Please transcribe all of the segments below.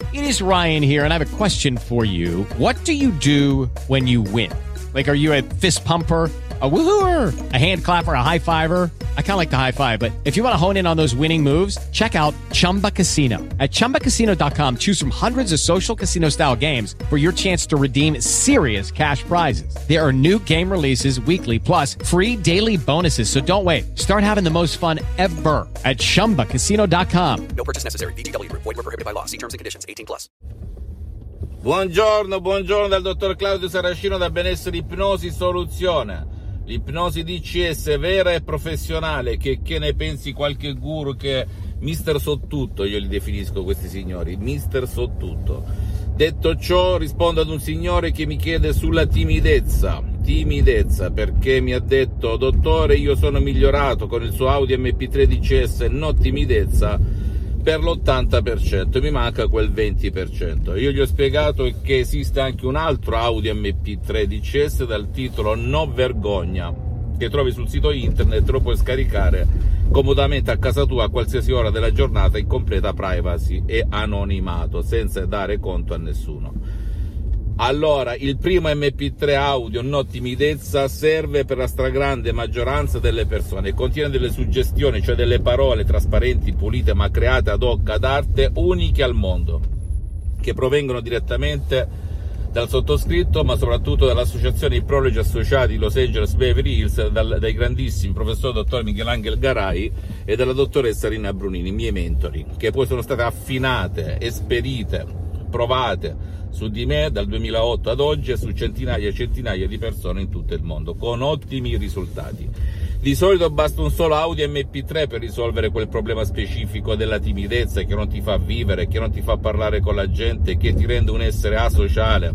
It is Ryan here, and I have a question for you. What do you do when you win? Like, are you a fist pumper, a woohooer, a hand clapper, a high fiver? I kind of like the high five, but if you want to hone in on those winning moves, check out Chumba Casino. At ChumbaCasino.com, choose from hundreds of social casino style games for your chance to redeem serious cash prizes. There are new game releases weekly, plus free daily bonuses. So don't wait. Start having the most fun ever at ChumbaCasino.com. No purchase necessary. VGW Group. Void where prohibited by law. See terms and conditions. 18+. Buongiorno dal dottor Claudio Saracino da Benessere Ipnosi Soluzione. L'ipnosi DCS vera e professionale, che ne pensi qualche guru che mister so tutto, io li definisco questi signori, mister so tutto. Detto ciò, rispondo ad un signore che mi chiede sulla timidezza, perché mi ha detto: dottore, io sono migliorato con il suo Audi MP3 DCS, no timidezza, per l'80%, mi manca quel 20%. Io gli ho spiegato che esiste anche un altro Audi MP3 DCS dal titolo No Vergogna, che trovi sul sito internet, te lo puoi scaricare comodamente a casa tua a qualsiasi ora della giornata in completa privacy e anonimato, senza dare conto a nessuno. Allora, il primo MP3 audio no timidezza serve per la stragrande maggioranza delle persone, contiene delle suggestioni, cioè delle parole trasparenti, pulite ma create ad hoc ad arte, uniche al mondo, che provengono direttamente dal sottoscritto, ma soprattutto dall'associazione I Prologi Associati Los Angeles Beverly Hills, dai grandissimi professor dottor Michelangelo Garai e dalla dottoressa Rina Brunini, miei mentori, che poi sono state affinate, esperite, provate su di me dal 2008 ad oggi e su centinaia e centinaia di persone in tutto il mondo, con ottimi risultati. Di solito basta un solo Audi MP3 per risolvere quel problema specifico della timidezza che non ti fa vivere, che non ti fa parlare con la gente, che ti rende un essere asociale,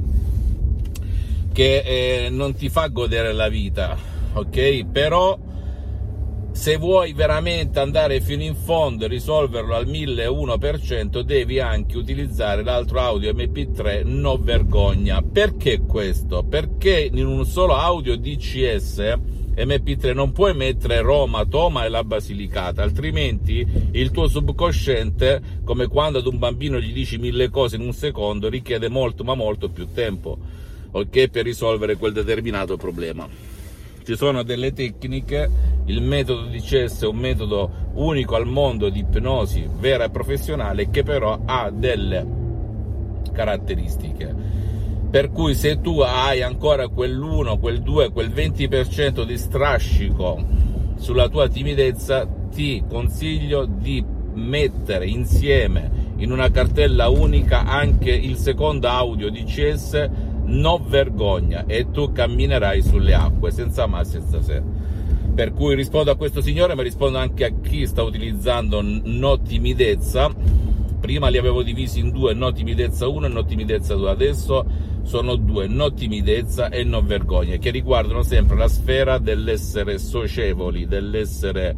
che non ti fa godere la vita, ok? Però se vuoi veramente andare fino in fondo e risolverlo al 1001%, devi anche utilizzare l'altro audio MP3 No Vergogna. Perché questo? Perché in un solo audio DCS MP3 non puoi mettere Roma, Toma e la Basilicata, altrimenti il tuo subconsciente, come quando ad un bambino gli dici 1000 cose in un secondo, richiede molto ma molto più tempo, ok, per risolvere quel determinato problema. Ci sono delle tecniche, il metodo DCS è un metodo unico al mondo di ipnosi vera e professionale, che però ha delle caratteristiche, per cui se tu hai ancora quell'1, quel 2, quel 20% di strascico sulla tua timidezza, ti consiglio di mettere insieme in una cartella unica anche il secondo audio DCS No Vergogna e tu camminerai sulle acque senza ma senza se. Per cui rispondo a questo signore, ma rispondo anche a chi sta utilizzando No Timidezza. Prima li avevo divisi in due, No Timidezza 1 e No Timidezza 2, adesso sono due, No Timidezza e No Vergogna, che riguardano sempre la sfera dell'essere socievoli, dell'essere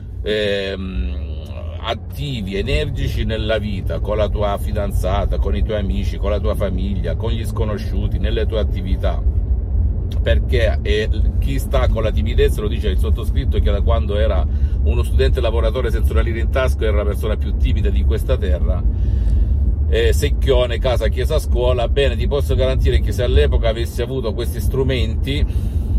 attivi, energici nella vita, con la tua fidanzata, con i tuoi amici, con la tua famiglia, con gli sconosciuti, nelle tue attività. Perché chi sta con la timidezza, lo dice il sottoscritto, che da quando era uno studente lavoratore senza una lira in tasca era la persona più timida di questa terra, secchione, casa, chiesa, scuola. Bene, ti posso garantire che se all'epoca avessi avuto questi strumenti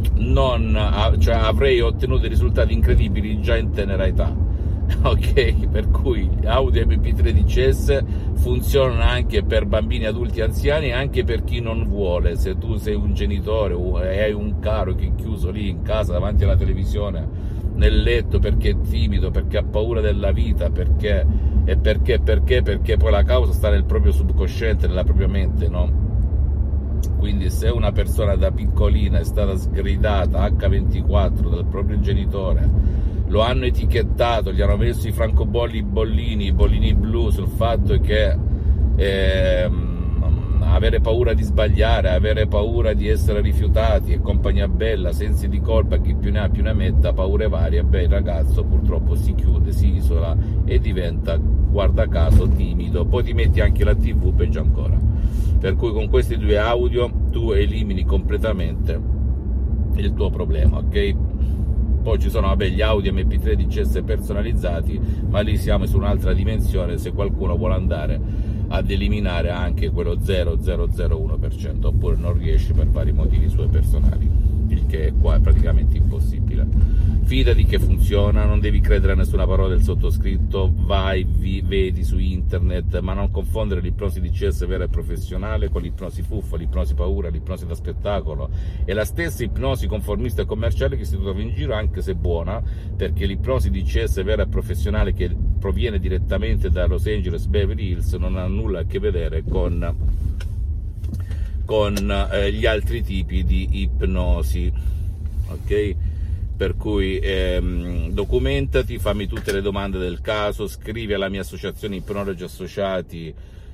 avrei ottenuto risultati incredibili già in tenera età. Ok, per cui Audi MP3 DCS funzionano anche per bambini, adulti, anziani, e anche per chi non vuole. Se tu sei un genitore e hai un caro che è chiuso lì in casa davanti alla televisione nel letto perché è timido, perché ha paura della vita, perché poi la causa sta nel proprio subconsciente, nella propria mente, no? Quindi se una persona da piccolina è stata sgridata H24 dal proprio genitore, lo hanno etichettato, gli hanno messo i francobolli, i bollini blu sul fatto che avere paura di sbagliare, avere paura di essere rifiutati e compagnia bella, sensi di colpa, chi più ne ha più ne metta, paure varie, il ragazzo purtroppo si chiude, si isola e diventa, guarda caso, timido. Poi ti metti anche la TV, peggio ancora. Per cui con questi due audio tu elimini completamente il tuo problema, ok? Poi ci sono gli audio MP3 DCS personalizzati, ma lì siamo su un'altra dimensione se qualcuno vuole andare ad eliminare anche quello 0,001%, oppure non riesce per vari motivi suoi personali, il che qua è praticamente impossibile. Fidati che funziona, non devi credere a nessuna parola del sottoscritto, vai, vedi su internet, ma non confondere l'ipnosi DCS vera e professionale con l'ipnosi fuffa, l'ipnosi paura, l'ipnosi da spettacolo. È la stessa ipnosi conformista e commerciale che si trova in giro, anche se buona, perché l'ipnosi DCS vera e professionale, che proviene direttamente da Los Angeles Beverly Hills, non ha nulla a che vedere con gli altri tipi di ipnosi, ok? Per cui documentati, fammi tutte le domande del caso, scrivi alla mia associazione Ipnologi Associati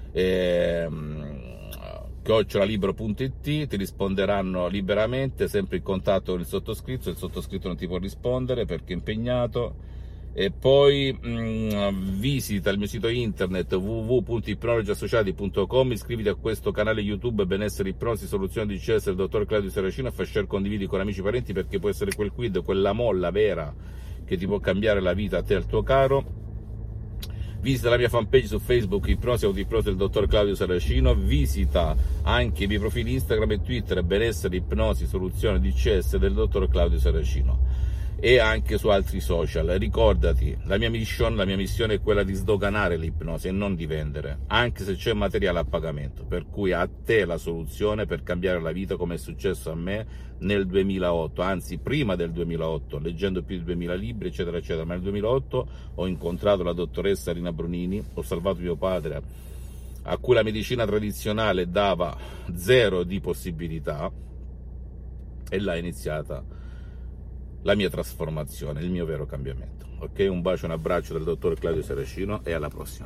@libero.it, ti risponderanno liberamente, sempre in contatto con il sottoscritto non ti può rispondere perché è impegnato. E poi visita il mio sito internet www.ipnologiassociati.com, iscriviti a questo canale YouTube Benessere Ipnosi Soluzione DCS del dottor Claudio Saracino, e fai share, condividi con amici e parenti, perché può essere quel quid, quella molla vera che ti può cambiare la vita a te e al tuo caro. Visita la mia fanpage su Facebook, Ipnosi Autoipnosi del dottor Claudio Saracino, visita anche i miei profili Instagram e Twitter, Benessere Ipnosi Soluzione DCS del dottor Claudio Saracino, e anche su altri social. Ricordati, la mia missione è quella di sdoganare l'ipnosi e non di vendere, anche se c'è materiale a pagamento, per cui a te la soluzione per cambiare la vita, come è successo a me nel 2008, anzi prima del 2008, leggendo più di 2000 libri eccetera eccetera, ma nel 2008 ho incontrato la dottoressa Rina Brunini, ho salvato mio padre, a cui la medicina tradizionale dava zero di possibilità, e là è iniziata la mia trasformazione, il mio vero cambiamento. Ok, un bacio, un abbraccio dal dottor Claudio Saracino e alla prossima.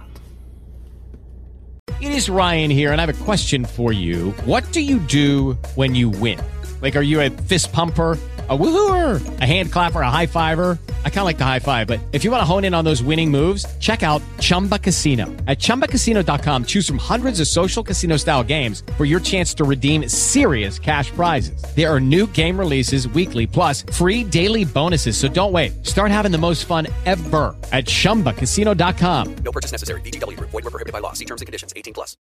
It is Ryan here, and I have a question for you. What do you do when you win? Like, are you a fist pumper, a woohooer, a hand clapper, a high fiver? I kind of like the high five, but if you want to hone in on those winning moves, check out Chumba Casino. At ChumbaCasino.com, choose from hundreds of social casino-style games for your chance to redeem serious cash prizes. There are new game releases weekly, plus free daily bonuses, so don't wait. Start having the most fun ever at ChumbaCasino.com. No purchase necessary. VGW Group. Void where prohibited by law. See terms and conditions. 18+.